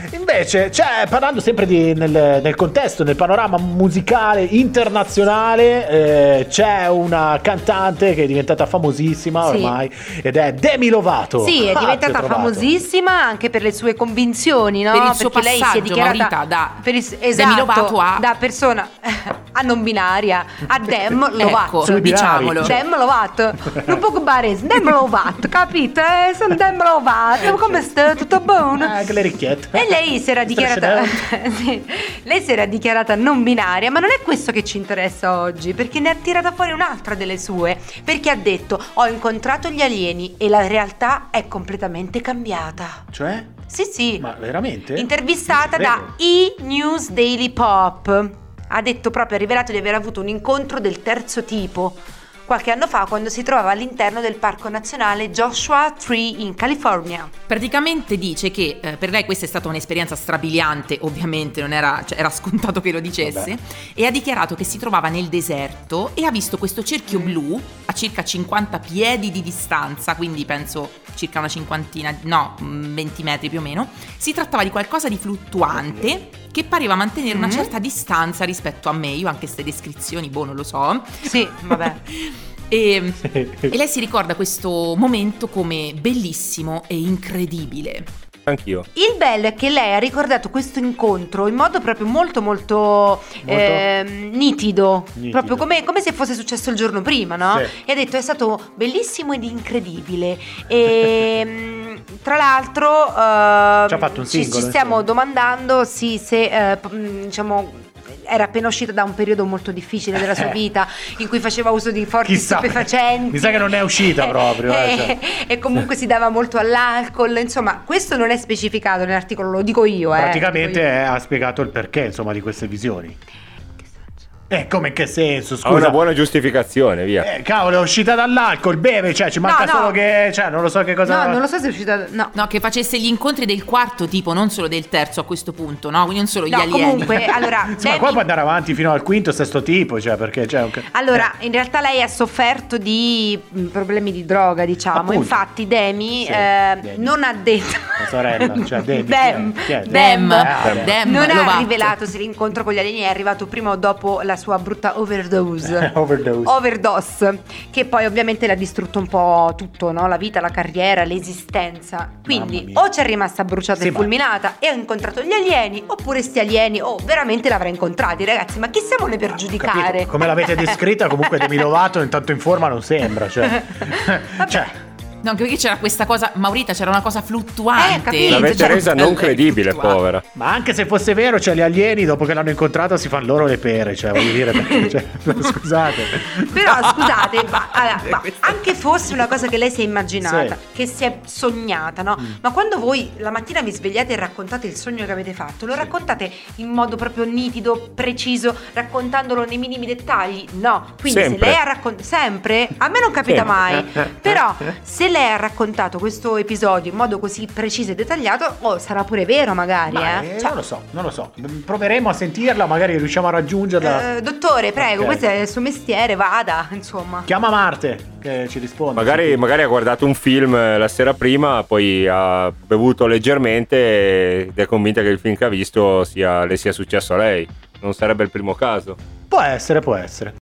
Invece, parlando sempre nel contesto, nel panorama musicale internazionale, c'è una cantante che è diventata famosissima ormai, ed è Demi Lovato. Sì, è diventata famosissima anche per le sue convinzioni, no? Per il suo perché lei si è dichiarata Demi Lovato da persona a non binaria a Dem Lovato. Ecco, diciamolo. Dem Lovato. Non può barese, Dem Lovato, capito? Sono Dem Lovato. Come sta? Tutto buono? Che le ricchiette. E lei si era dichiarata sì, lei si era dichiarata non binaria, ma non è questo che ci interessa oggi, perché ne ha tirata fuori un'altra delle sue, perché ha detto: ho incontrato gli alieni e la realtà è completamente cambiata. Cioè? Sì. Ma veramente? Intervistata da E! News Daily Pop, ha detto proprio, ha rivelato di aver avuto un incontro del terzo tipo qualche anno fa, quando si trovava all'interno del parco nazionale Joshua Tree in California. Praticamente dice che per lei questa è stata un'esperienza strabiliante, ovviamente non era, era scontato che lo dicesse. Vabbè. E ha dichiarato che si trovava nel deserto e ha visto questo cerchio blu a circa 50 piedi di distanza, quindi penso circa una cinquantina, 20 metri più o meno. Si trattava di qualcosa di fluttuante che pareva mantenere una certa distanza rispetto a me. Io anche queste descrizioni, non lo so. Sì, vabbè. E lei si ricorda questo momento come bellissimo e incredibile. Anch'io. Il bello è che lei ha ricordato questo incontro in modo proprio molto nitido, proprio come se fosse successo il giorno prima, no? Sì. E ha detto: è stato bellissimo ed incredibile. E tra l'altro ci ha fatto un singolo, ci stiamo domandando se diciamo era appena uscita da un periodo molto difficile della sua vita, in cui faceva uso di forti stupefacenti. Mi sa che non è uscita proprio. E comunque si dava molto all'alcol. Insomma, questo non è specificato nell'articolo, lo dico io. Praticamente ha spiegato il perché, insomma, di queste visioni. Come in che senso? Scusa. Ha una buona giustificazione, via. Cavolo, è uscita dall'alcol, beve, ci manca solo che, non lo so che cosa. No, non lo so se è uscita. No, che facesse gli incontri del quarto tipo, non solo del terzo a questo punto, no? Quindi non solo gli alieni. Comunque, allora, ma qua può andare avanti fino al quinto, sesto tipo, perché c'è un. Allora, in realtà lei ha sofferto di problemi di droga, diciamo. Appunto. Infatti Demi non ha detto. La sorella, cioè Demi. Dem non Lovato. ha rivelato se l'incontro con gli alieni è arrivato prima o dopo la sua brutta overdose, che poi ovviamente le ha distrutto un po' tutto, no? La vita, la carriera, l'esistenza. Quindi o c'è rimasta bruciata e fulminata e ha incontrato gli alieni, oppure sti alieni veramente l'avrà incontrati. Ragazzi, ma chi siamo noi per giudicare? Capito. Come l'avete descritta, comunque Demi Lovato intanto in forma non sembra, No, anche perché c'era questa cosa, Maurita, c'era una cosa fluttuante. L'avete resa non credibile, povera. Ma anche se fosse vero, gli alieni dopo che l'hanno incontrata si fanno loro le pere, voglio dire, perché, scusate. Però scusate, ma anche fosse una cosa che lei si è immaginata, che si è sognata, no? Ma quando voi la mattina vi svegliate e raccontate il sogno che avete fatto, lo raccontate in modo proprio nitido, preciso, raccontandolo nei minimi dettagli? No. Quindi sempre. Se lei ha raccontato sempre, a me non capita mai, però se lei ha raccontato questo episodio in modo così preciso e dettagliato, sarà pure vero magari. Non lo so. Proveremo a sentirla, magari riusciamo a raggiungerla. Dottore, prego, questo è il suo mestiere, vada, insomma. Chiama Marte che ci risponde. Magari ha guardato un film la sera prima, poi ha bevuto leggermente ed è convinta che il film che ha visto le sia successo a lei. Non sarebbe il primo caso. Può essere.